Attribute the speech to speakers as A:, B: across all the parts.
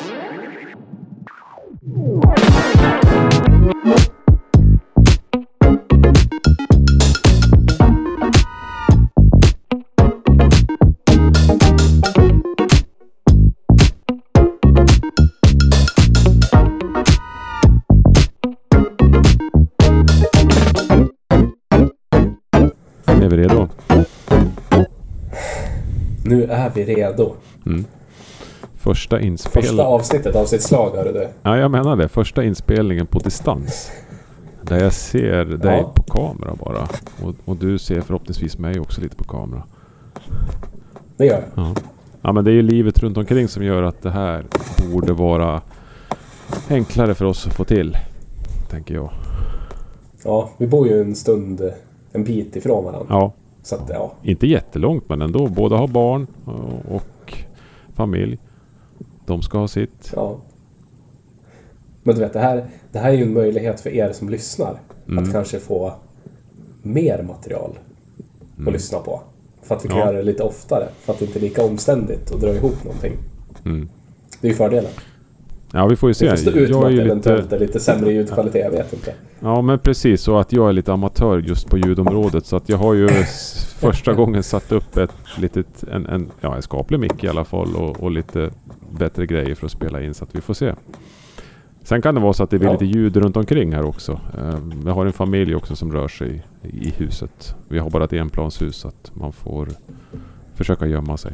A: Är vi redo?
B: Nu är vi redo.
A: Första
B: Första avsnittet av sitt slag, hörru du.
A: Ja, jag menar det. Första inspelningen på distans. Där jag ser dig på kamera bara. Och du ser förhoppningsvis mig också lite på kamera.
B: Det gör jag.
A: Ja, men det är ju livet runt omkring som gör att det här borde vara enklare för oss att få till, tänker jag.
B: Ja, vi bor ju en bit ifrån varandra.
A: Ja.
B: Så att, ja.
A: Inte jättelångt, men ändå. Båda har barn och familj. De ska ha sitt.
B: Ja. Men du vet, det här är ju en möjlighet för er som lyssnar att kanske få mer material att lyssna på. För att vi kan göra det lite oftare. För att det inte är lika omständigt att dra ihop någonting. Det är ju fördelen.
A: Ja, vi får ju se.
B: Det får stå ut med att eventuellt lite sämre ljudkvalitet, jag vet inte.
A: Ja, men precis. Så att jag är lite amatör just på ljudområdet. Så att jag har ju första gången satt upp ett litet, en skaplig mick i alla fall. Och lite bättre grejer för att spela in, så att vi får se. Sen kan det vara så att det blir lite ljud runt omkring här också. Jag har en familj också som rör sig i huset. Vi har bara ett enplanshus, så att man får försöka gömma sig.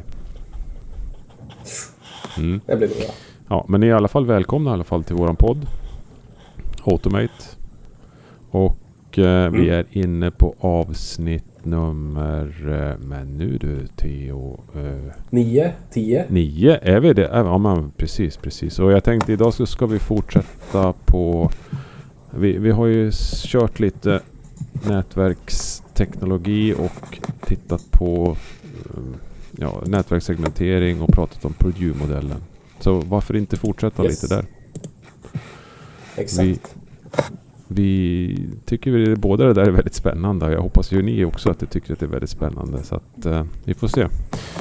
B: Det blir bra.
A: Ja, men ni är i alla fall välkomna i alla fall till våran podd Automate. Och vi är inne på avsnitt nummer, men nu du Theo,
B: 9, 10.
A: 9, är vi det? Ja, men precis. Och jag tänkte idag så ska vi fortsätta på, vi har ju kört lite nätverksteknologi och tittat på nätverkssegmentering och pratat om Purdue-modellen. Så varför inte fortsätta lite där?
B: Exakt.
A: Vi tycker båda det där är väldigt spännande. Jag hoppas ju ni också att ni tycker att det är väldigt spännande. Så att vi får se.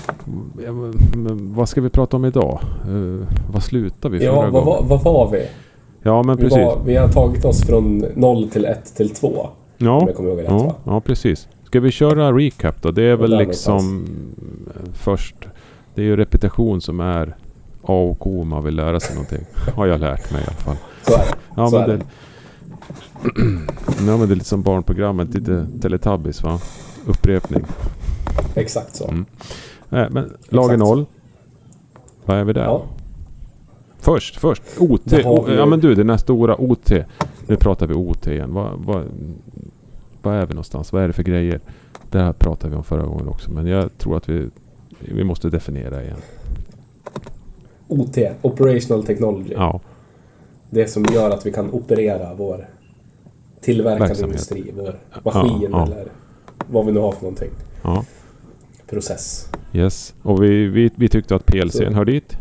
A: Vad ska vi prata om idag? Vad slutar vi förra gången?
B: Vad var vi?
A: Ja, men precis.
B: Vi har tagit oss från 0 till 1 till 2.
A: Ja,
B: om jag kommer ihåg rätt, va?
A: Ja, precis. Ska vi köra recap då? Det är väl liksom först. Det är ju repetition som är A och O om man vill lära sig någonting. Har jag lärt mig i alla fall.
B: Så är det.
A: Ja, men det. Ja, men det är lite som barnprogrammet, lite Teletubbies, va? Upprepning.
B: Exakt så.
A: Men lager 0. Vad är vi där?
B: Ja.
A: Först. OT. Ja, men du, den här stora OT. Nu pratar vi OT igen. Vad är vi någonstans? Vad är det för grejer? Det här pratade vi om förra gången också. Men jag tror att vi måste definiera igen.
B: OT, Operational Technology.
A: Ja. Det
B: som gör att vi kan operera vår tillverkande industri, vår maskin eller vad vi nu har för någonting.
A: Ja.
B: Process.
A: Yes. Och vi tyckte att PLC:n hör dit.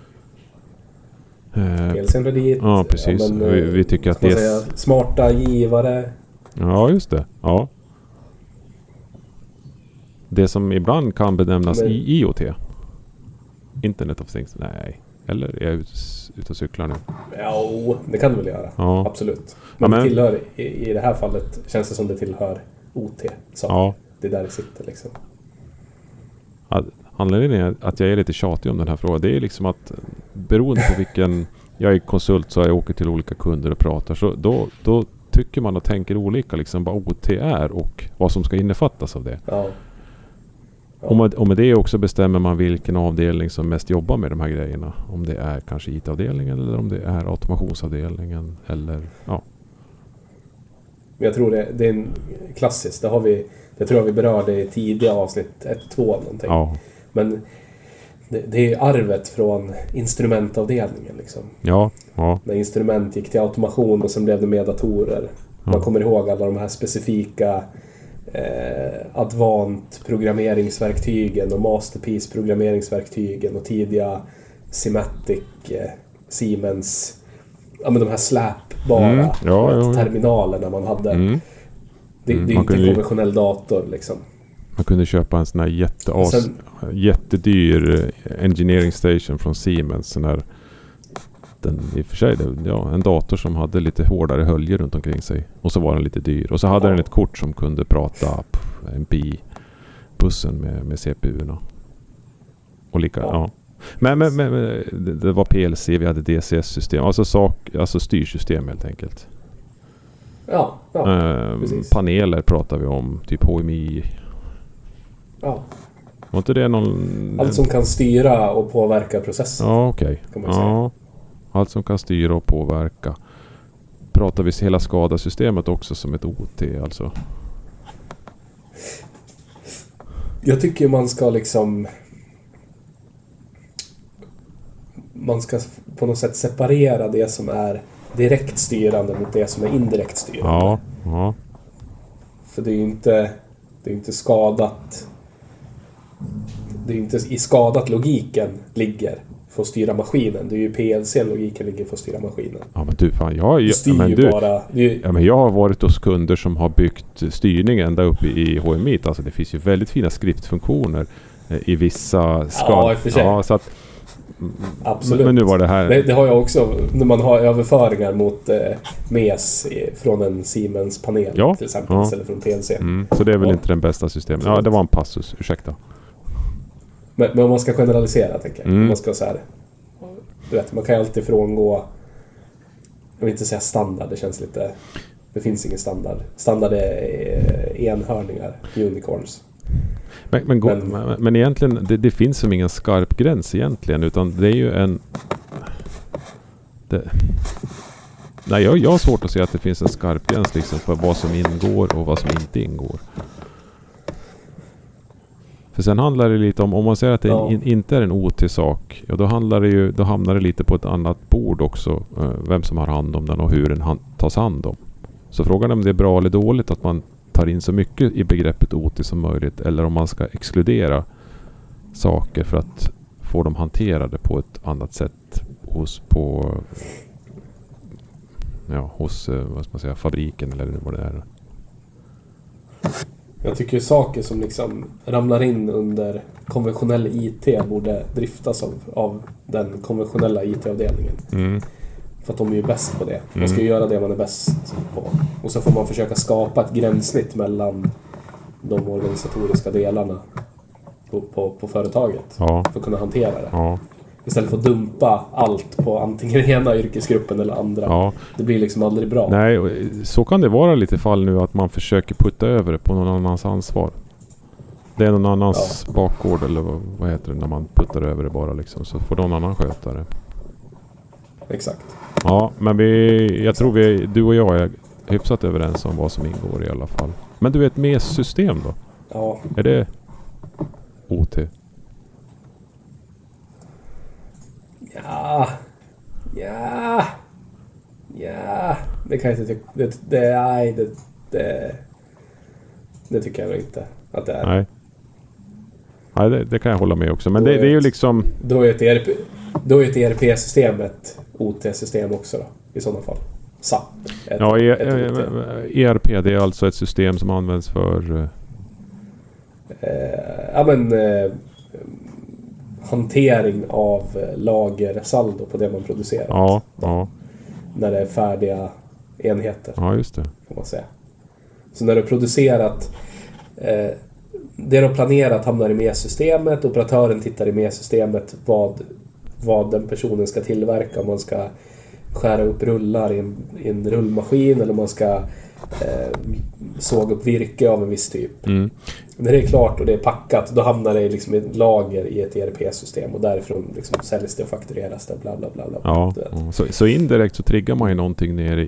B: PLC:n hör dit.
A: Ja, precis. Ja, men, vi tycker att det är
B: smarta givare.
A: Ja, just det. Ja. Det som ibland kan benämnas i IoT. Internet of Things. Nej. Eller är jag ute och cyklar nu?
B: Ja, det kan du väl göra. Ja. Absolut. Men det tillhör, i det här fallet känns det som det tillhör OT. Så det är där det sitter liksom.
A: Anledningen är att jag är lite tjatig om den här frågan. Det är liksom att beroende på vilken... Jag är konsult, så jag åker till olika kunder och pratar. Så då tycker man och tänker olika liksom vad OT är och vad som ska innefattas av det. Ja. Och med det också bestämmer man vilken avdelning som mest jobbar med de här grejerna. Om det är kanske IT-avdelningen eller om det är automationsavdelningen eller
B: Jag tror det är en klassisk. Det tror jag vi berörde i tidiga avsnitt 1-2 någonting. Ja. Men det är arvet från instrumentavdelningen liksom.
A: Ja.
B: När instrument gick till automation och sen blev det med datorer. Ja. Man kommer ihåg alla de här specifika advant programmeringsverktygen och masterpiece programmeringsverktygen och tidiga Simatic, Siemens, men de här släpbara terminalerna man hade. Det är inte en konventionell dator liksom.
A: Man kunde köpa en sån här jättedyr engineering station från Siemens, sån här liten i och för sig. En dator som hade lite hårdare höljer runt omkring sig. Och så var den lite dyr. Och så hade den ett kort som kunde prata MPI-bussen med CPU-erna. Och Men det var PLC, vi hade DCS-system. Alltså styrsystem helt enkelt.
B: Ja,
A: paneler pratar vi om. Typ HMI.
B: Ja.
A: Var inte det någon...
B: Allt som kan styra och påverka processen.
A: Ja, okej. Ja. Allt som kan styra och påverka. Pratar vi hela SCADA-systemet också som ett OT alltså?
B: Jag tycker man ska liksom... Man ska på något sätt separera det som är direkt styrande mot det som är indirekt styrande.
A: Ja.
B: För det är ju inte skadat. Det är inte i skadat logiken ligger för att styra maskinen. Det är ju PLC-logiken ligger för att styra maskinen.
A: Ja, men du fan, jag har varit hos kunder som har byggt styrning ända upp i HMI. Alltså det finns ju väldigt fina skriftfunktioner i vissa
B: Ja, i och för sig.
A: Ja, så att
B: absolut.
A: Men nu var det här...
B: Det har jag också när man har överföringar mot MES från en Siemens-panel till exempel istället från PLC.
A: Så det är väl inte den bästa systemet. Ja, det var en passus. Ursäkta.
B: Men om man ska generalisera, tänker jag. Man ska så här... Du vet, man kan ju alltid frångå... Jag vill inte säga standard, det känns lite... Det finns ingen standard. Standard är enhörningar, unicorns.
A: Men egentligen, det finns som ingen skarp gräns egentligen, utan det är ju en... Nej, jag har svårt att se att det finns en skarp gräns liksom för vad som ingår och vad som inte ingår. För sen handlar det lite om man säger att det inte är en OT-sak, då hamnar det lite på ett annat bord också, vem som har hand om den och hur den tas hand om. Så frågan är om det är bra eller dåligt att man tar in så mycket i begreppet OT som möjligt, eller om man ska exkludera saker för att få dem hanterade på ett annat sätt hos vad ska man säga, fabriken eller vad det är.
B: Jag tycker saker som liksom ramlar in under konventionell IT borde driftas av den konventionella IT-avdelningen. För att de är ju bäst på det. Man ska göra det man är bäst på. Och så får man försöka skapa ett gränssnitt mellan de organisatoriska delarna på företaget. För att kunna hantera det. Istället för att dumpa allt på antingen ena yrkesgruppen eller andra. Det blir liksom aldrig bra.
A: Nej, så kan det vara lite fall nu att man försöker putta över det på någon annans ansvar. Det är någon annans bakgård eller vad heter det när man puttar över det bara liksom. Så får någon annan sköta det.
B: Exakt.
A: Ja, men jag tror du och jag är hyfsat överens om vad som ingår i alla fall. Men du vet, MES-system då?
B: Ja.
A: Är det OT?
B: Ja. Det kan jag inte tycka. Det tycker jag inte att det är.
A: Nej, det kan jag hålla med också. Men det är ju liksom...
B: Då är ett ERP-system ett OT-system också då, i sådana fall. SAP.
A: ERP, det är alltså ett system som används för...
B: hantering av lagersaldo på det man producerar.
A: Ja.
B: När det är färdiga enheter.
A: Ja, just det.
B: Kan man säga. Så när du producerat det du har planerat hamnar i MES-systemet, operatören tittar i MES-systemet vad den personen ska tillverka, om man ska skära upp rullar i en rullmaskin eller om man ska såga upp virke av en viss typ. När det är klart och det är packat, då hamnar det liksom i ett lager i ett ERP-system och därifrån liksom säljs det och faktureras det, bla bla bla bla.
A: Ja. Så indirekt så triggar man ju någonting nere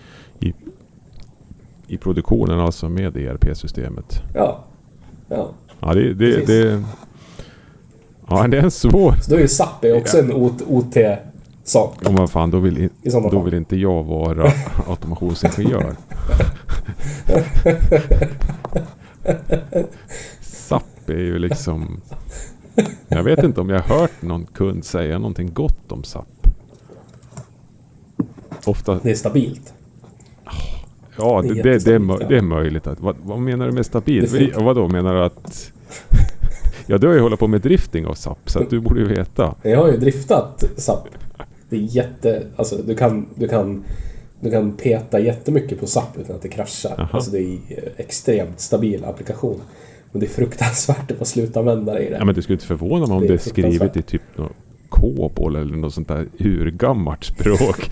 A: i produktionen, alltså med ERP-systemet.
B: Ja,
A: det är en svår...
B: Så då är ju SAP också en OT-sak.
A: Ja, men fan, då vill inte jag vara automationsingenjör. SAP är ju liksom... Jag vet inte om jag har hört någon kund säga någonting gott om SAP. Ofta...
B: Det är stabilt.
A: Ja, det är möjligt. Vad menar du med stabilt? Vad då menar du att... Ja, du har ju hållit på med drifting av SAP, så att du borde ju veta.
B: Jag har ju driftat SAP är alltså du kan peta jättemycket på SAP utan att det kraschar.
A: Aha.
B: Alltså det är extremt stabil applikation. Men det är fruktansvärt att få sluta använda det i det.
A: Ja, men det skulle inte förvåna mig om det är skrivet i typ något COBOL eller något sånt där urgammalt språk.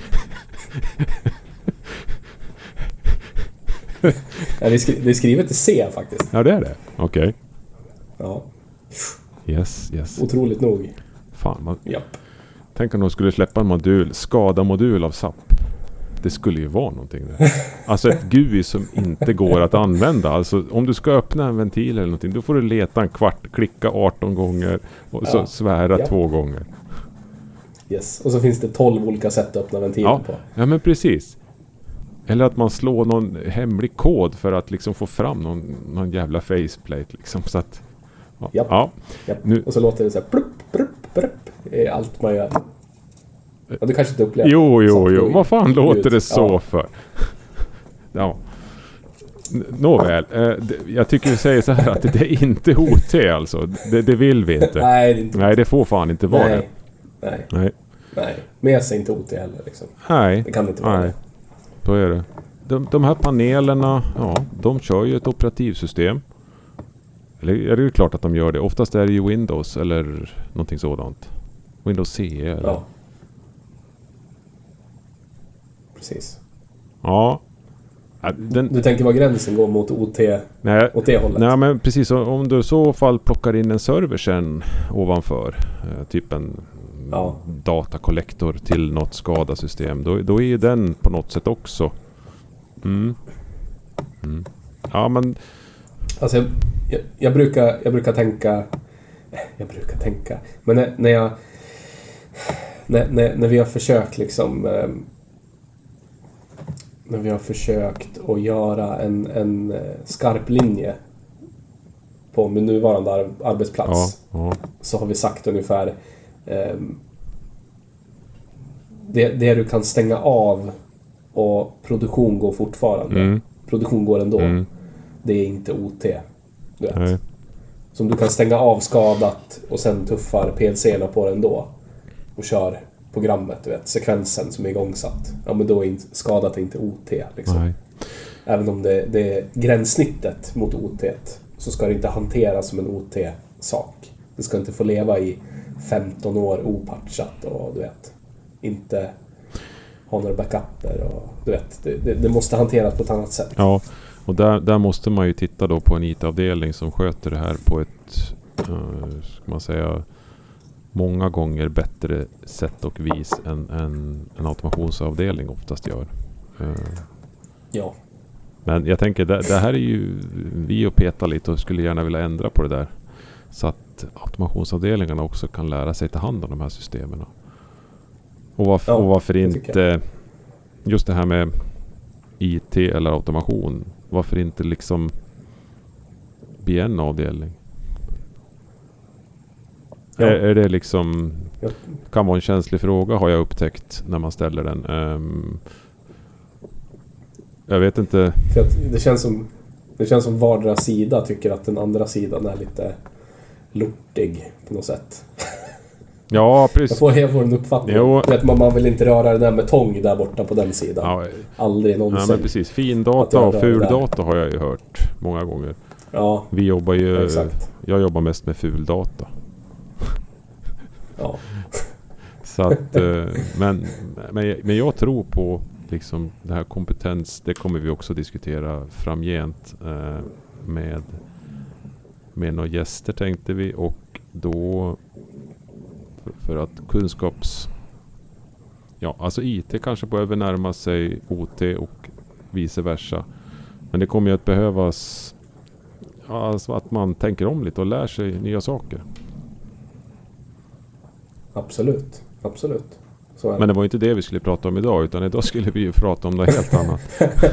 B: Ja, det är skrivet i C faktiskt.
A: Ja, det är det. Okej. Okay.
B: Ja.
A: Yes.
B: Otroligt nog.
A: Fan,
B: Japp.
A: Tänk om de skulle släppa en skada-modul av SAP. Det skulle ju vara någonting där. Alltså ett GUI som inte går att använda. Alltså om du ska öppna en ventil eller någonting, då får du leta en kvart, klicka 18 gånger och så svära 2 gånger.
B: Yes. Och så finns det 12 olika sätt att öppna ventilen på.
A: Ja, men precis. Eller att man slår någon hemlig kod för att liksom få fram någon jävla faceplate liksom, så att
B: Japp. Nu. Och så låter det så här plupp, allt man gör. Ja, du kanske inte upplever.
A: Jo. Vad fan låter det så för? Ja. Nåväl. Jag tycker vi säger så här att det är inte OT alltså. Det vill vi inte.
B: Nej, det är inte.
A: Nej, det får fan inte vara det.
B: Nej. Med sig inte OT heller liksom.
A: Nej.
B: Det kan inte vara det.
A: Då är det. De här panelerna, de kör ju ett operativsystem. Eller är det ju klart att de gör det. Oftast är det ju Windows eller någonting sådant. Windows CE eller...
B: Ja. Precis.
A: Ja.
B: Du tänker vad gränsen går mot OT åt det hållet?
A: Nej, men precis. Om du i så fall plockar in en server sen ovanför. Typ en datakollektor till något skadasystem. Då är ju den på något sätt också. Ja, men...
B: Alltså jag brukar tänka... Men när vi har försökt liksom... När vi har försökt att göra en skarp linje på min nuvarande arbetsplats, så har vi sagt ungefär det du kan stänga av och produktion går fortfarande. Produktion går ändå. Det är inte OT. Du vet.
A: Nej.
B: Som du kan stänga av skadat och sen tuffar PLC-erna på det ändå och kör programmet, du vet, sekvensen som är igångsatt. Ja, men då är skadat inte OT liksom.
A: Nej.
B: Även om det är gränssnittet mot OT, så ska det inte hanteras som en OT-sak. Det ska inte få leva i 15 år opatchat och du vet, inte ha några backuper och du vet, det måste hanteras på ett annat sätt.
A: Ja, och där måste man ju titta då på en IT-avdelning som sköter det här på ett, ska man säga, många gånger bättre sätt och vis än en automationsavdelning oftast gör.
B: Ja.
A: Men jag tänker, det här är ju vi och peta lite och skulle gärna vilja ändra på det där. Så att automationsavdelningarna också kan lära sig ta hand om de här systemen. Och varför inte just det här med IT eller automation, varför inte liksom bli en avdelning? Ja. Är det liksom, kan vara en känslig fråga, har jag upptäckt när man ställer den. Jag vet inte.
B: För att det känns som vardera sida tycker att den andra sidan är lite lortig på något sätt.
A: Ja, precis.
B: Jag får en uppfattning. Vet man vill inte röra det där med tång där borta på den sidan. Ja. Aldrig någonsin.
A: Ja, men precis. Fin data och ful data har jag ju hört många gånger.
B: Ja.
A: Vi jobbar ju... Exakt. Jag jobbar mest med ful data.
B: Ja.
A: Så att... men jag tror på liksom det här kompetens. Det kommer vi också diskutera framgent med några gäster, tänkte vi. Och då... För att alltså IT kanske behöver närma sig OT och vice versa. Men det kommer ju att behövas alltså att man tänker om lite och lär sig nya saker.
B: Absolut. Så
A: men det var inte det vi skulle prata om idag, utan idag skulle vi ju prata om något helt annat.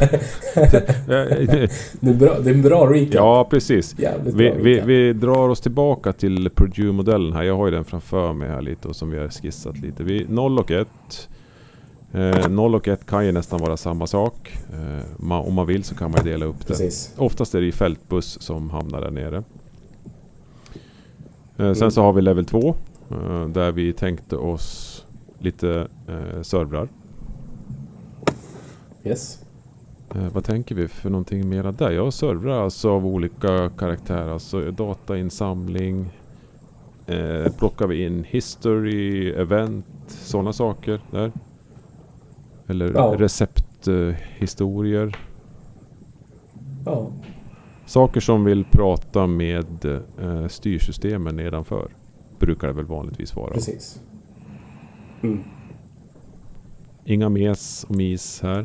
B: Det är en bra recap.
A: Ja, precis. Vi drar oss tillbaka till Purdue-modellen här. Jag har ju den framför mig här lite och som vi har skissat lite. 0 och 1. 0 och 1 kan ju nästan vara samma sak. Om man vill så kan man dela upp det. Oftast är det ju fältbuss som hamnar där nere. Sen så har vi level 2. Där vi tänkte oss lite servrar.
B: Yes.
A: Vad tänker vi för någonting mer där? Jag servrar alltså av olika karaktärer. Alltså datainsamling. Plockar vi in history, event, sådana saker där. Eller recepthistorier.
B: Ja.
A: Saker som vill prata med styrsystemen nedanför. Brukar det väl vanligtvis vara.
B: Precis.
A: Inga mes och mis här.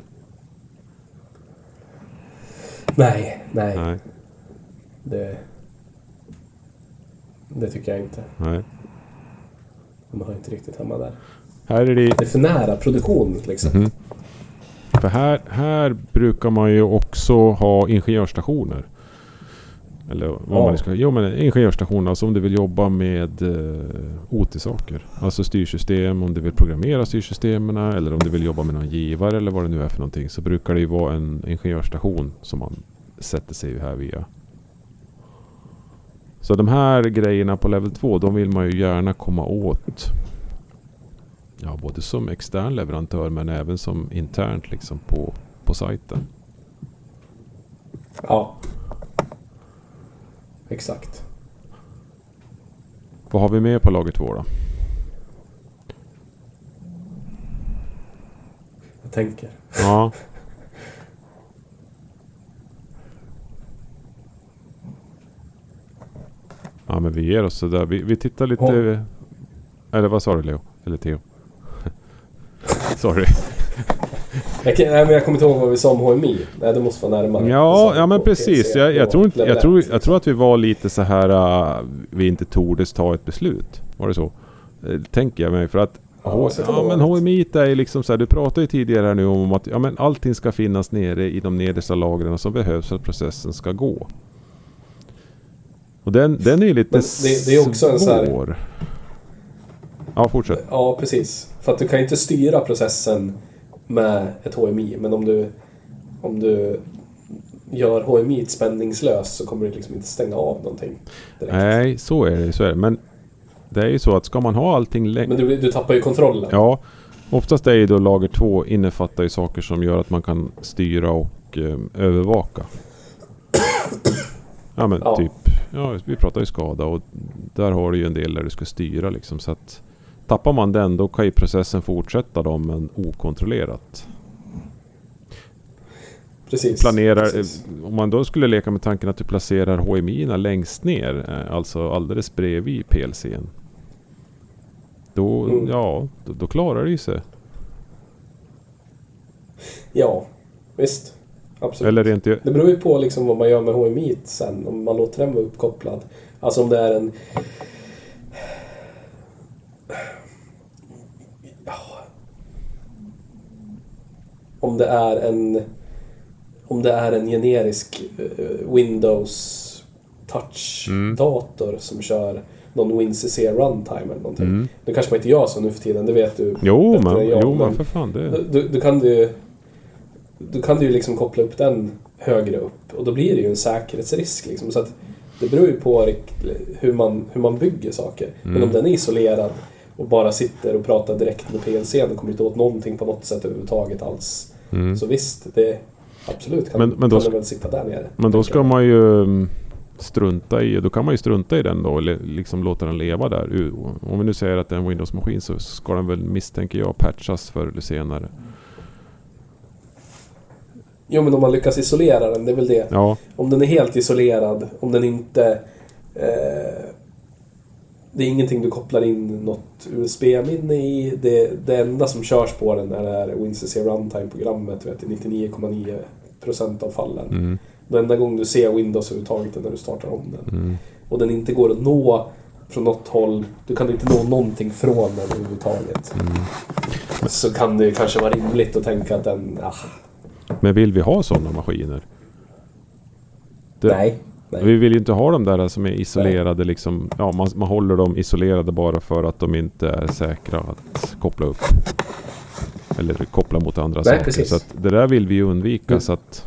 B: Nej. Det tycker jag inte.
A: Nej.
B: Man har inte riktigt hemma där.
A: Här är det
B: är för nära produktion liksom.
A: För här brukar man ju också ha ingenjörsstationer. Eller vad man ska... Jo, men ingenjörsstationer, alltså om du vill jobba med OT-saker. Alltså styrsystem, om du vill programmera styrsystemen eller om du vill jobba med någon givare eller vad det nu är för någonting, så brukar det ju vara en ingenjörsstation som man sätter sig här via. Så de här grejerna på level 2, de vill man ju gärna komma åt. Ja, både som extern leverantör men även som internt liksom på sajten.
B: Ja. Exakt.
A: Vad har vi med på lager 2 då?
B: Jag tänker.
A: Ja. Ja, men vi ger oss så där. Vi tittar lite... Eller vad sa du, Leo? Eller Theo? Sorry.
B: Jag kommer inte ihåg vad vi sa om HMI. Nej, det måste vara närmare.
A: Ja men precis. Jag tror att vi var lite så här... vi inte tordes ta ett beslut. Var det så? Tänker jag mig. För att... men HMI är liksom så här... Du pratade ju tidigare här nu om att men allting ska finnas nere i de nedersta lagren som behövs för att processen ska gå. Och den är ju lite
B: det är också en så här...
A: Ja, fortsätt.
B: Ja, precis. För att du kan inte styra processen med ett HMI. Men om du gör HMI spänningslös så kommer du liksom inte stänga av någonting direkt.
A: Nej, så är det. Men det är ju så att ska man ha allting
B: men du tappar ju kontrollen.
A: Ja, oftast är ju då lager 2 innefattar ju saker som gör att man kan styra och övervaka. Ja, men typ... Ja, vi pratar ju skada och där har du ju en del där du ska styra liksom, så att tappar man den, då kan ju processen fortsätta då, men okontrollerat.
B: Precis.
A: Om man då skulle leka med tanken att du placerar HMI-erna längst ner, alltså alldeles bredvid PLC:n. Då klarar det ju sig.
B: Ja, visst. Absolut.
A: Eller inte...
B: Det beror ju på liksom vad man gör med HMI sen. Om man låter den vara uppkopplad. Alltså om det är en... Om det är en generisk Windows touch-dator som kör någon WinCC runtime eller någonting. Det kanske man inte gör så nu för tiden, det vet du.
A: Jo, men för fan det.
B: Du kan ju liksom koppla upp den högre upp och då blir det ju en säkerhetsrisk liksom. Så att det beror ju på hur man bygger saker. Men om den är isolerad och bara sitter och pratar direkt med PLC och kommer inte åt någonting på något sätt överhuvudtaget alls. Så visst, det absolut kan den väl sitta där nere.
A: Men då ska man ju strunta i, då kan man ju strunta i den då, eller liksom låta den leva där. Om vi nu säger att det är en Windows-maskin så ska den väl, misstänker jag, patchas förr eller senare.
B: Jo, men om man lyckas isolera den, det är väl det.
A: Ja.
B: Om den är helt isolerad, om den inte... det är ingenting du kopplar in något USB-minne i. Det enda som körs på den är det här WinCC Runtime-programmet, vet, i 99,9% av fallen. Den enda gång du ser Windows överhuvudtaget är när du startar om den. Och den inte går att nå från något håll. Du kan inte nå någonting från den överhuvudtaget. Så kan det kanske vara rimligt att tänka att den...
A: Men vill vi ha sådana maskiner?
B: Nej.
A: Vi vill ju inte ha dem där som är isolerade liksom, man håller dem isolerade bara för att de inte är säkra att koppla upp eller koppla mot andra saker. Precis. Så att det där vill vi ju undvika. Så att...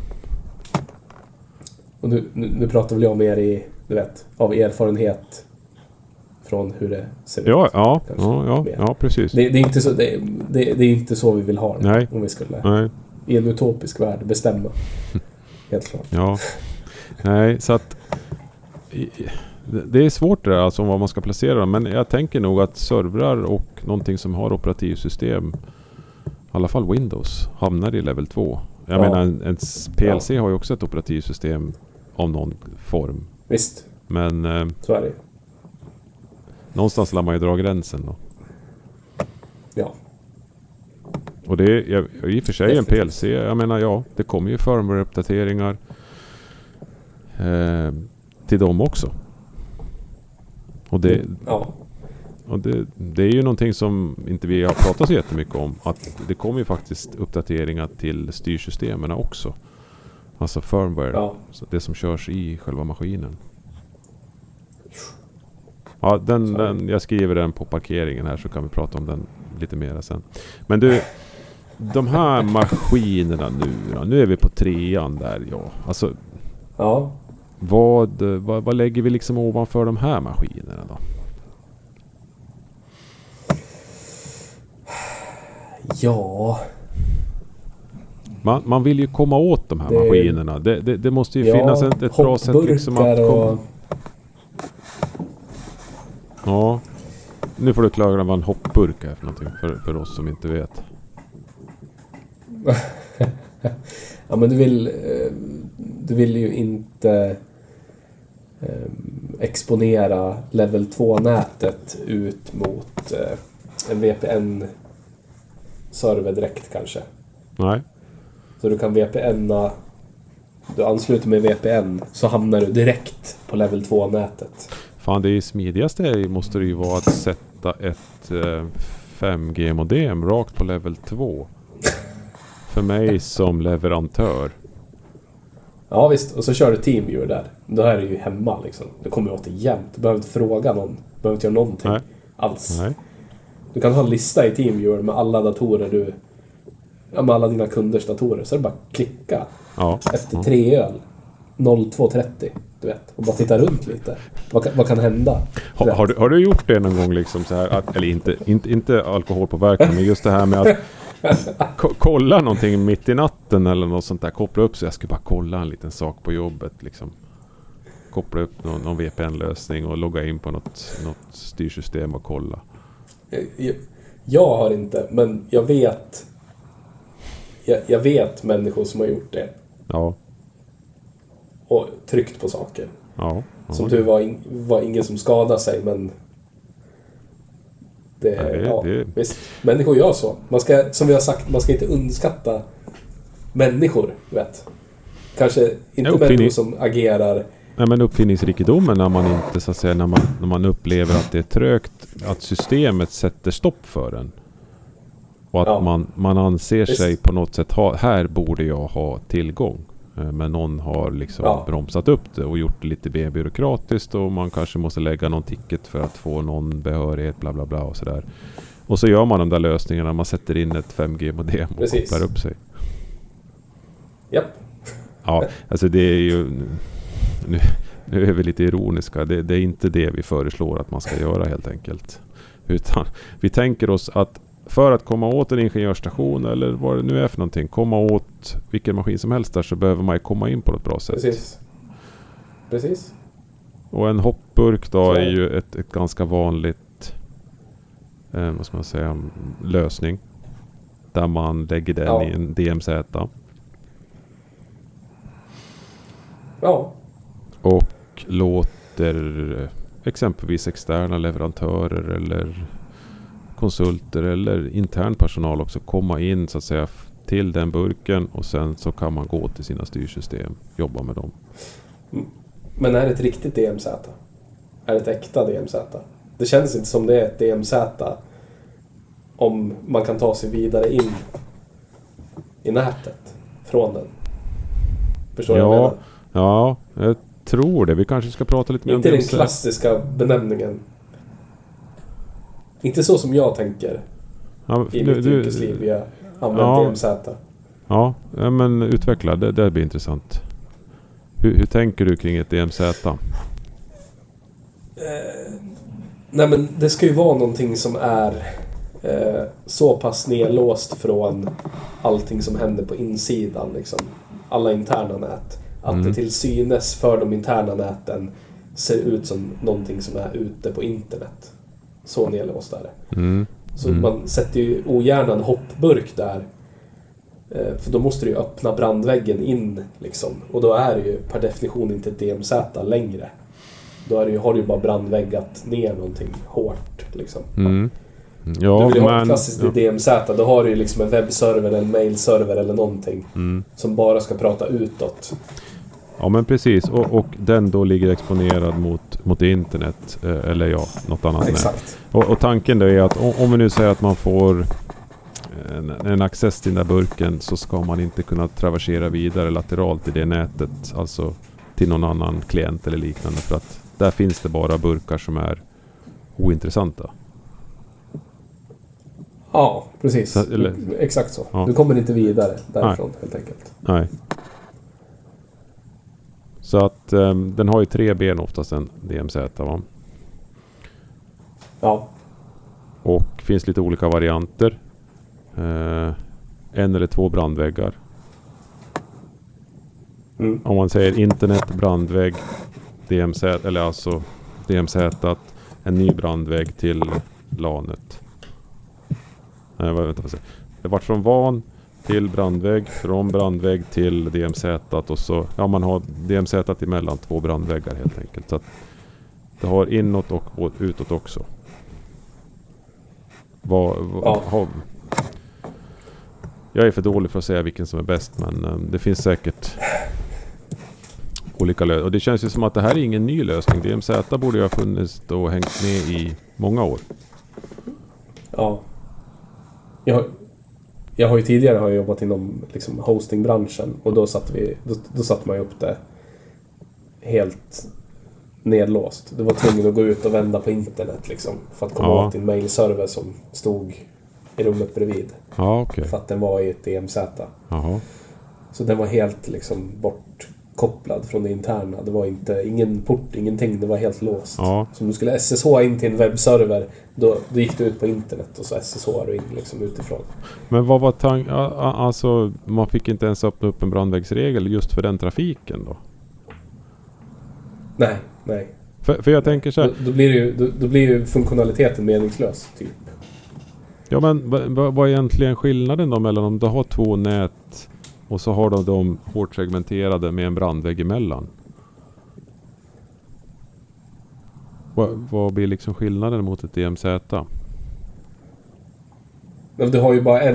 B: Och nu pratar väl jag mer av erfarenhet från hur det ser ut.
A: Ja, precis.
B: Det är inte så, det är inte så vi vill ha det.
A: Nej.
B: Om vi skulle i en utopisk värld bestämma. Helt klart.
A: Ja. Nej, så att det är svårt det där, alltså om vad man ska placera. Men jag tänker nog att servrar och någonting som har operativsystem, i alla fall Windows, hamnar i level 2. Jag menar, en PLC har ju också ett operativsystem av någon form.
B: Visst.
A: Men
B: så är det.
A: Någonstans lär man ju dra gränsen då.
B: Ja.
A: Och det är i och för sig definitivt. En PLC, jag menar det kommer ju firmware-uppdateringar till dem också. Och det är ju någonting som inte vi har pratat så jättemycket om, att det kommer ju faktiskt uppdateringar till styrsystemen också. Alltså firmware, så det som körs i själva maskinen. Ja, jag skriver den på parkeringen här så kan vi prata om den lite mer sen. Men du, de här maskinerna nu är vi på 3:an där, Alltså, vad lägger vi liksom ovanför de här maskinerna då?
B: Ja.
A: Man vill ju komma åt de här maskinerna. Det måste ju finnas ett bra sätt liksom att komma. Ja. Nu får du klargöra vad en hoppburk är för någonting för oss som inte vet.
B: Ja, men du vill ju inte exponera level 2-nätet ut mot en VPN-server direkt kanske.
A: Nej.
B: Så du kan VPNa, du ansluter med VPN så hamnar du direkt på level 2-nätet.
A: Fan, det är smidigaste måste det ju vara att sätta ett 5G-modem rakt på level 2. För mig som leverantör.
B: Ja visst, och så kör du TeamViewer där. Då är du ju hemma liksom. Det kommer åt det jämt. Du behöver inte fråga någon. Du behöver inte göra någonting alls. Nej. Du kan ha en lista i TeamViewer med alla datorer med alla dina kunders datorer. Så är det bara klicka efter 3 öl 02.30, du vet, och bara titta runt lite. Vad kan hända?
A: Har du gjort det någon gång liksom så här eller inte alkoholpåverkan, men just det här med att kolla någonting mitt i natten eller något sånt där, koppla upp, så jag skulle bara kolla en liten sak på jobbet liksom. Koppla upp någon VPN-lösning och logga in på något styrsystem och kolla.
B: Jag har inte, men jag vet människor som har gjort det.
A: Ja.
B: Och tryckt på saker.
A: Ja.
B: Som tur var ingen som skadade sig, men visst. Människor gör så. Man ska, som vi har sagt, man ska inte underskatta människor, vet. Kanske inte människor som agerar.
A: Nej, men uppfinningsrikedomen när man inte så att säga, när man upplever att det är trögt, att systemet sätter stopp för en. Och att man anser sig på något sätt här borde jag ha tillgång. Men någon har liksom bromsat upp det och gjort det lite mer byråkratiskt, och man kanske måste lägga någon ticket för att få någon behörighet, bla bla bla och sådär. Och så gör man de där lösningarna, man sätter in ett 5G-modem och kopplar upp sig.
B: Japp.
A: Ja, alltså det är ju nu är vi lite ironiska. Det är inte det vi föreslår att man ska göra helt enkelt. Utan vi tänker oss att för att komma åt en ingenjörsstation eller vad det nu är för någonting, komma åt vilken maskin som helst där, så behöver man ju komma in på ett bra sätt.
B: Precis.
A: Och en hoppburk då är ju ett ganska vanligt vad ska man säga, lösning. Där man lägger den i en DMZ. Ja. Och låter exempelvis externa leverantörer eller konsulter eller intern personal också komma in så att säga till den burken, och sen så kan man gå till sina styrsystem, jobba med dem.
B: Men är det ett riktigt DMZ? Är det ett äkta DMZ? Det känns inte som det är ett DMZ om man kan ta sig vidare in i nätet från den. Förstår du vad jag menar?
A: Ja, jag tror det. Vi kanske ska prata lite mer om det.
B: Inte den klassiska benämningen. Inte så som jag tänker i mitt yrkesliv. Vi har använt DMZ.
A: Ja, men utveckla. Det blir intressant. Hur tänker du kring ett DMZ?
B: Nej, men det ska ju vara någonting som är så pass nedlåst från allting som händer på insidan, liksom. Alla interna nät. Att det till synes för de interna näten ser ut som någonting som är ute på internet. Så nedlåst är det. Så man sätter ju ogärna en hoppburk där. För då måste du ju öppna brandväggen in, liksom. Och då är det ju per definition inte DMZ längre. Då är det ju, har du ju bara brandväggat ner någonting hårt, liksom.
A: Ja,
B: du vill ju ha ett klassiskt DMZ. Då har du ju liksom en webbserver eller en mailserver eller någonting som bara ska prata utåt.
A: Ja, men precis. Och den då ligger exponerad mot internet eller något annat
B: Exakt.
A: nät. Och tanken då är att om vi nu säger att man får en access till den där burken, så ska man inte kunna traversera vidare lateralt i det nätet, alltså till någon annan klient eller liknande, för att där finns det bara burkar som är ointressanta.
B: Ja, precis.
A: Så,
B: exakt så.
A: Ja.
B: Du kommer inte vidare därifrån. Nej. Helt enkelt.
A: Nej. Så att den har ju 3 ben oftast, en DMZ, va?
B: Ja.
A: Och finns lite olika varianter. 1 eller 2 brandväggar. Om man säger internet, brandvägg, DMZ, eller alltså DMZ, att en ny brandvägg till LANet. Nej, vänta, det var från VAN till brandvägg, från brandvägg till DMZ, och så man har DMZ emellan 2 brandväggar helt enkelt. Så att det har inåt och utåt också. Jag är för dålig för att säga vilken som är bäst, men det finns säkert olika lösningar. Och det känns ju som att det här är ingen ny lösning. DMZ borde ju ha funnits och hängt med i många år.
B: Ja. Jag har ju tidigare jobbat inom liksom hostingbranschen, och då satte man ju upp det helt nedlåst. Du var tvungen att gå ut och vända på internet, liksom, för att komma åt din mailserver som stod i rummet bredvid.
A: Ja, okay.
B: För att den var i ett DMZ.
A: Jaha.
B: Så den var helt liksom bortkopplad från det interna. Det var ingen port, ingenting. Det var helt låst.
A: Ja.
B: Så om du skulle SSH in till en webbserver, då gick du ut på internet och så SSH du in liksom utifrån.
A: Men vad var alltså man fick inte ens öppna upp en brandvägsregel just för den trafiken då?
B: Nej.
A: För jag tänker så här,
B: då blir ju funktionaliteten meningslös, typ.
A: Ja, men vad är egentligen skillnaden då mellan om du har 2 nät och så har de hårt segmenterade med en brandvägg emellan? Vad blir liksom skillnaden mot ett DMZ?
B: Men du har ju bara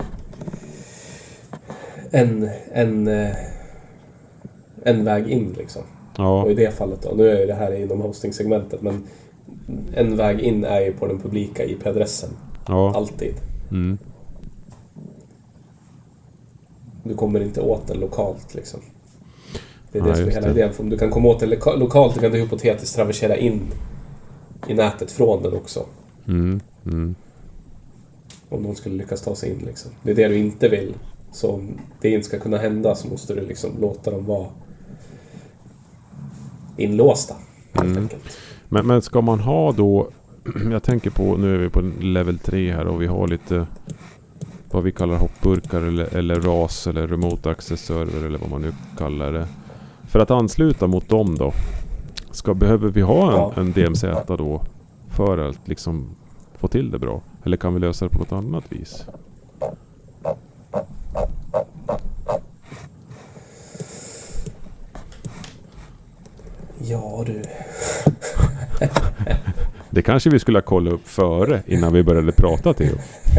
B: en väg in, liksom.
A: Ja.
B: Och i det fallet då, nu är det här inom hosting-segmentet, men en väg in är ju på den publika IP-adressen.
A: Ja.
B: Alltid. Du kommer inte åt den lokalt, liksom. Det är det som är hela idén. För om du kan komma åt den lokalt, då kan du hypotetiskt traversera in i nätet från den också. Om någon skulle lyckas ta sig in, liksom. Det är det du inte vill. Så om det inte ska kunna hända, så måste du liksom låta dem vara inlåsta, helt enkelt.
A: Men ska man ha då, jag tänker på, nu är vi på level 3 här och vi har lite vad vi kallar hoppburkar eller RAS eller Remote Access Server eller vad man nu kallar det. För att ansluta mot dem då, behöver vi ha en DMZ då för att liksom få till det bra? Eller kan vi lösa det på något annat vis?
B: Ja, du.
A: Det kanske vi skulle ha kollat upp före innan vi började prata, Theo.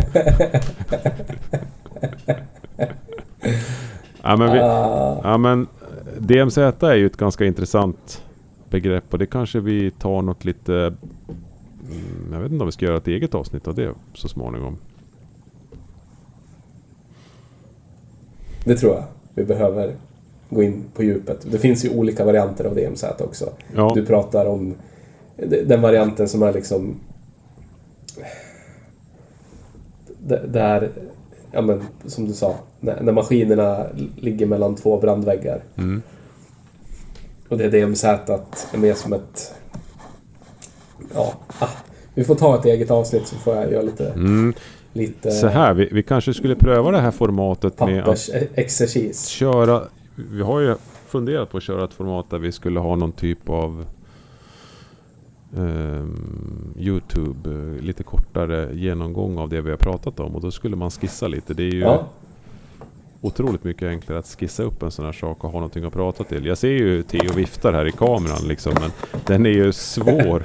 A: Men DMZ är ju ett ganska intressant begrepp, och det kanske vi tar något lite, jag vet inte om vi ska göra ett eget avsnitt av det så småningom.
B: Det tror jag. Vi behöver gå in på djupet. Det finns ju olika varianter av DMZ också. Ja. Du pratar om den varianten som är liksom där, ja men som du sa, när maskinerna ligger mellan 2 brandväggar. Och det är DMZ att är med som ett Vi får ta ett eget avsnitt så får jag göra lite
A: så här, vi kanske skulle pröva det här formatet med att
B: exercis.
A: köra. Vi har ju funderat på att köra ett format där vi skulle ha någon typ av YouTube, lite kortare genomgång av det vi har pratat om, och då skulle man skissa lite. Det är ju otroligt mycket enklare att skissa upp en sån här sak och ha någonting att prata till. Jag ser ju Theo viftar här i kameran liksom, men den är ju svår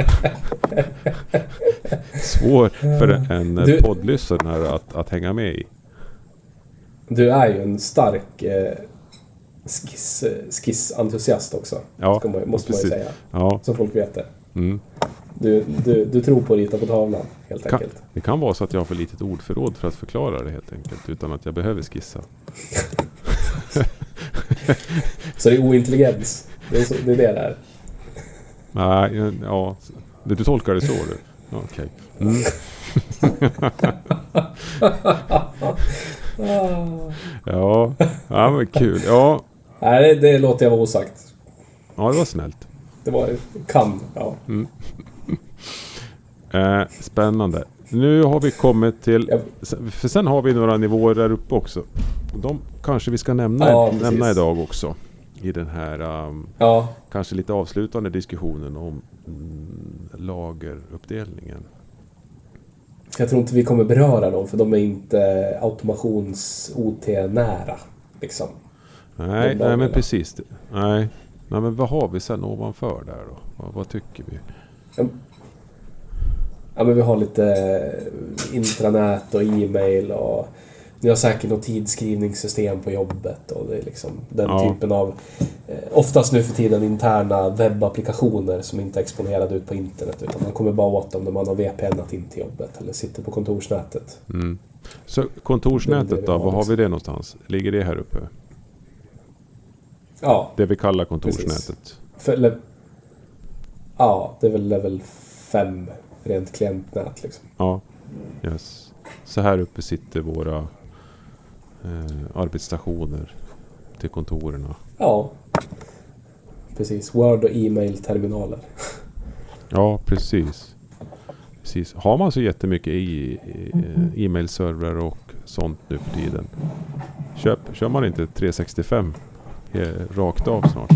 A: för en poddlyssnare att hänga med i. Du
B: är ju en stark skissentusiast också.
A: Ja,
B: måste man ju säga.
A: Ja.
B: Så folk vet det.
A: Mm.
B: Du tror på att rita på tavlan, helt enkelt.
A: Det kan vara så att jag har för litet ordförråd för att förklara det helt enkelt, utan att jag behöver skissa.
B: Så det är ointelligens? Det är det där?
A: Nej, ja. Du tolkar det så, du? Okej. Mm. Ja, men kul. Ja.
B: Nej, det låter jag vara osagt.
A: Ja, det var snällt.
B: Det var ja.
A: Mm. Spännande. Nu har vi kommit till... För sen har vi några nivåer där uppe också. De kanske vi ska nämna idag också. I den här kanske lite avslutande diskussionen om lageruppdelningen.
B: Jag tror inte vi kommer beröra dem, för de är inte automations-OT-nära. Liksom.
A: Nej, men precis. Nej, men vad har vi sen ovanför där då? Vad tycker vi?
B: Ja, men vi har lite intranät och e-mail, och ni har säkert något tidsskrivningssystem på jobbet, och det är liksom den typen av oftast nu för tiden interna webbapplikationer som inte är exponerade ut på internet, utan man kommer bara åt dem när man har VPNat in till jobbet eller sitter på kontorsnätet.
A: Mm. Så kontorsnätet då, var har vi det någonstans? Ligger det här uppe?
B: Ja.
A: Det vi kallar kontorsnätet.
B: Det är väl level 5 rent klientnät liksom.
A: Ja, yes. Så här uppe sitter våra arbetsstationer till kontorerna.
B: Ja, precis. Word- och e-mail-terminaler.
A: Ja, precis. Har man så jättemycket e-mail-servrar och sånt nu för tiden? Kör man inte 365 rakt av snart?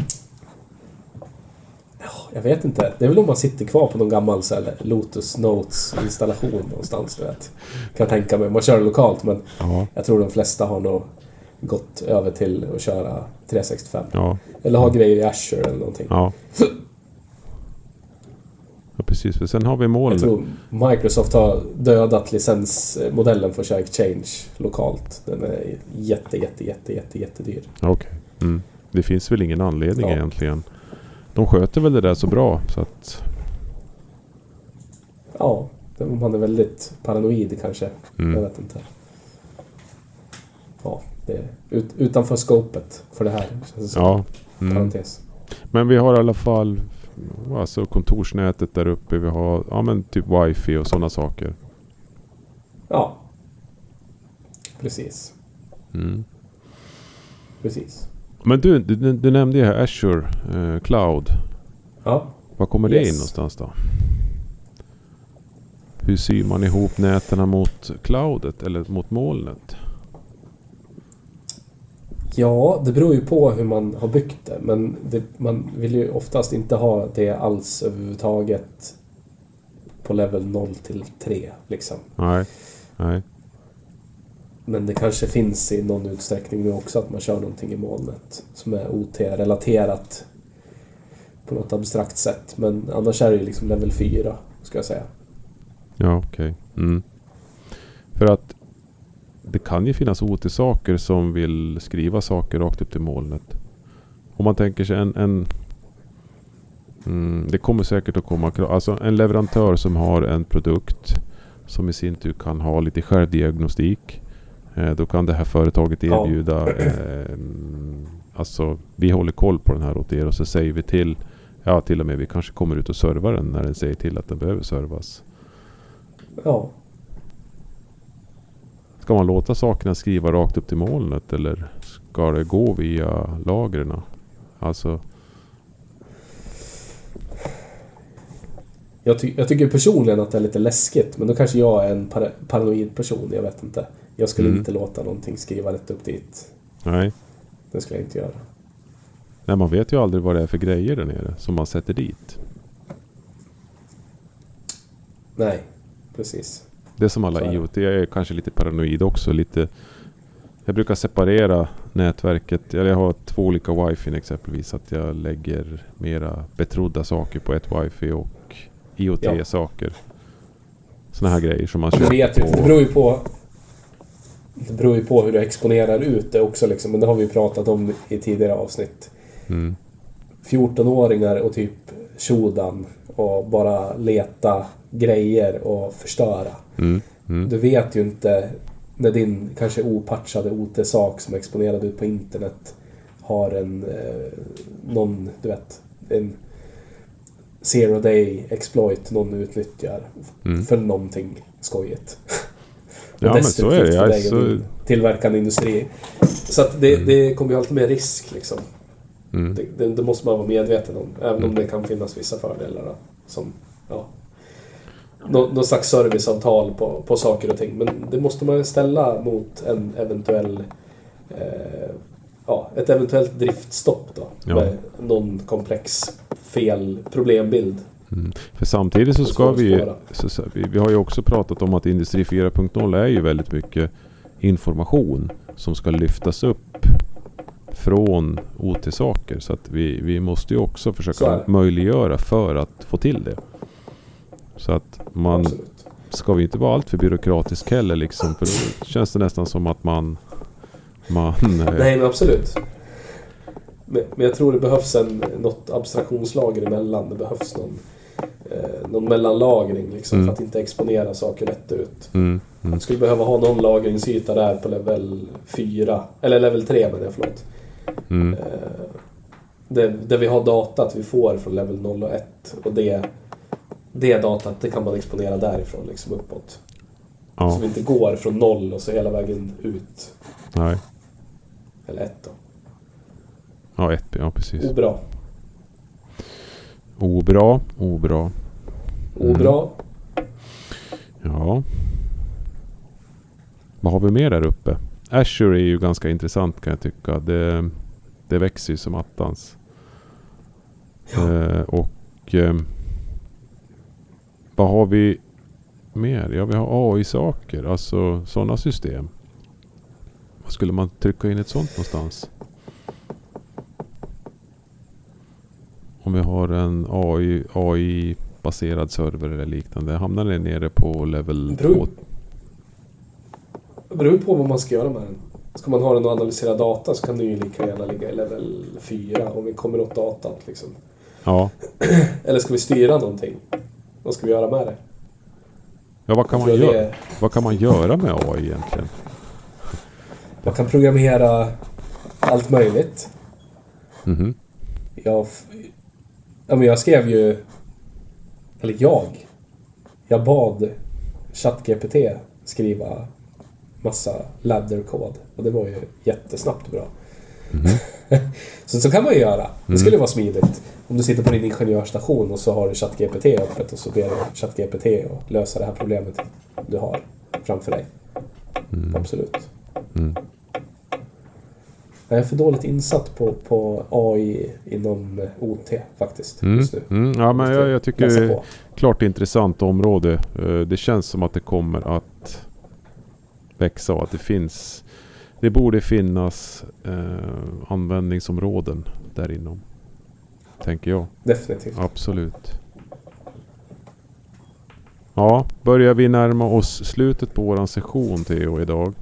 B: Jag vet inte. Det är väl om man sitter kvar på någon gammal Lotus Notes-installation någonstans, du vet. Kan jag tänka mig. Man kör lokalt, men jag tror de flesta har nog gått över till att köra 365.
A: Ja.
B: Eller ha grejer i Azure eller någonting.
A: Ja. Ja, precis. För sen har vi molnet.
B: Jag tror Microsoft har dödat licensmodellen för att köra Exchange lokalt. Den är jättedyr.
A: Okej. Mm. Det finns väl ingen anledning egentligen. De sköter väl det där så bra, så att...
B: Ja, man är väldigt paranoid kanske. Jag vet inte. Ja, det är utanför skopet för det här.
A: Ja.
B: Parentes.
A: Men vi har i alla fall alltså kontorsnätet där uppe. Vi har typ wifi och sådana saker.
B: Ja. Precis.
A: Mm.
B: Precis.
A: Men du nämnde ju här Azure Cloud.
B: Ja.
A: Var kommer det in någonstans då? Hur syr man ihop näten mot cloudet eller mot molnet?
B: Ja, det beror ju på hur man har byggt det. Men man vill ju oftast inte ha det alls överhuvudtaget på level 0 till 3 liksom.
A: Nej.
B: Men det kanske finns i någon utsträckning nu också att man kör någonting i molnet som är OT-relaterat på något abstrakt sätt. Men annars är det ju liksom level 4, ska jag säga.
A: Ja, okej. Mm. För att det kan ju finnas OT-saker som vill skriva saker rakt upp till molnet. Om man tänker sig det kommer säkert att komma alltså en leverantör som har en produkt som i sin tur kan ha lite självdiagnostik. Då kan det här företaget erbjuda alltså vi håller koll på den här åt er, och så säger vi till och med vi kanske kommer ut och servar den när den säger till att den behöver servas.
B: Ja.
A: Ska man låta sakerna skriva rakt upp till molnet, eller ska det gå via lagren? Alltså
B: Jag tycker personligen att det är lite läskigt, men då kanske jag är en paranoid person, jag vet inte. Jag skulle inte låta någonting skriva rätt upp dit.
A: Nej.
B: Det skulle jag inte göra.
A: Nej, man vet ju aldrig vad det är för grejer där nere som man sätter dit.
B: Nej, precis.
A: Det är som alla IoT. Jag är kanske lite paranoid också. Jag brukar separera nätverket. Jag har 2 olika wifi exempelvis. Att jag lägger mera betrodda saker på ett wifi och IoT-saker. Såna här grejer som man köper på.
B: Det beror ju på hur du exponerar ut det också liksom. Men det har vi pratat om i tidigare avsnitt. 14-åringar och typ Shodan och bara leta grejer och förstöra. Du vet ju inte när din kanske opatchade OT-sak som är exponerad ut på internet har en zero day exploit någon utnyttjar för någonting skojigt.
A: Ja, men så är det.
B: Tillverkande industri. Så att det kommer ju alltid med risk liksom. Det måste man vara medveten om. Även om det kan finnas vissa fördelar då, som någon slags serviceavtal på saker och ting. Men det måste man ställa mot en eventuell ett eventuellt driftstopp då. Med någon komplex problembild.
A: För samtidigt så ska vi har ju också pratat om att Industri 4.0 är ju väldigt mycket information som ska lyftas upp från OT-saker. Så att vi måste ju också försöka möjliggöra för att få till det. Så att man ska vi inte vara allt för byråkratisk heller liksom, för då känns det nästan som att man
B: Nej, men absolut. Men jag tror det behövs något abstraktionslager emellan. Det behövs någon mellanlagring liksom, för att inte exponera saker rätt ut. Man skulle behöva ha någon lagringsyta där på level 4 eller level 3 förlåt. Där vi har datat vi får från level 0 och 1 och det datat det kan man exponera därifrån liksom uppåt. Så vi inte går från 0 och så hela vägen ut.
A: Nej.
B: Eller 1 då.
A: Ja, 1. Ja, precis.
B: Obra.
A: Ja. Vad har vi mer där uppe? Azure är ju ganska intressant kan jag tycka. Det växer ju som attans. Vad har vi mer? Ja, vi har AI-saker. Alltså sådana system. Vad skulle man trycka in ett sånt någonstans? Om vi har en AI-baserad server eller liknande. Hamnar den nere på level 2?
B: Det beror på vad man ska göra med den. Ska man ha den och analysera data så kan den ju lika gärna ligga i level 4 om vi kommer åt datat liksom.
A: Ja.
B: Eller ska vi styra någonting? Vad ska vi göra med det?
A: Ja, vad kan man göra med AI egentligen?
B: Man kan programmera allt möjligt. Jag skrev ju... Eller jag bad ChatGPT skriva massa ladder-kod. Och det var ju jättesnabbt bra. Så kan man ju göra. Det skulle vara smidigt. Om du sitter på din ingenjörsstation och så har du ChatGPT öppet och så ber du ChatGPT att lösa det här problemet du har framför dig. Absolut. Jag är för dåligt insatt på AI inom OT faktiskt just nu.
A: Ja, men jag tycker det är klart intressant område. Det känns som att det kommer att växa och att det borde finnas användningsområden där inom. Tänker jag.
B: Definitivt.
A: Absolut. Ja, börjar vi närma oss slutet på våran session Theo idag?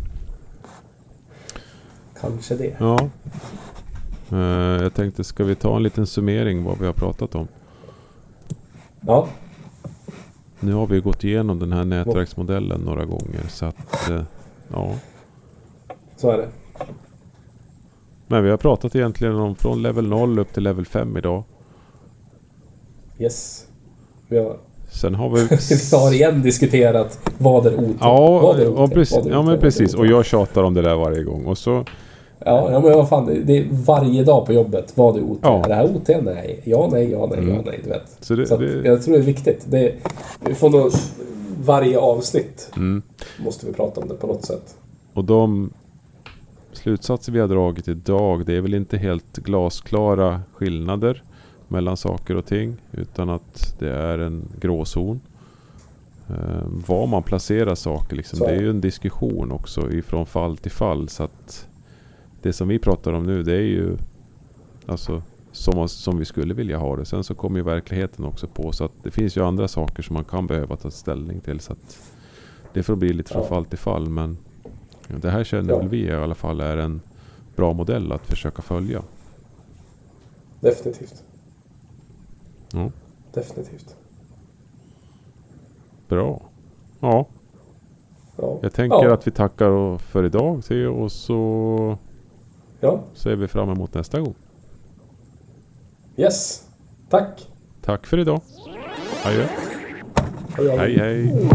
B: Kanske det.
A: Ja. Jag tänkte, ska vi ta en liten summering vad vi har pratat om?
B: Ja.
A: Nu har vi gått igenom den här nätverksmodellen några gånger så att ja.
B: Så är det.
A: Men vi har pratat egentligen om från level 0 upp till level 5 idag.
B: Yes.
A: Sen har vi
B: har igen diskuterat vad är OT?
A: Ja, precis. Och jag tjatar om det där varje gång. Och så
B: Ja, men vad fan, det är varje dag på jobbet. Var du OT?
A: Ja.
B: Är det här OT? Nej. Ja, nej, du vet.
A: Så det,
B: jag tror det är viktigt. Vi får nog varje avsnitt måste vi prata om det på något sätt.
A: Och de slutsatser vi har dragit idag, det är väl inte helt glasklara skillnader mellan saker och ting, utan att det är en gråzon. Var man placerar saker liksom, det är ju en diskussion också ifrån fall till fall, så att det som vi pratar om nu, det är ju alltså som vi skulle vilja ha det. Sen så kommer ju verkligheten också på, så att det finns ju andra saker som man kan behöva ta ställning till, så att det får bli lite från fall till fall, men det här känner väl vi i alla fall är en bra modell att försöka följa.
B: Definitivt.
A: Ja.
B: Definitivt.
A: Bra. Ja. Jag tänker att vi tackar för idag, och så ser vi fram emot nästa gång.
B: Yes. Tack.
A: Tack för idag. Adjö. Hej, hej.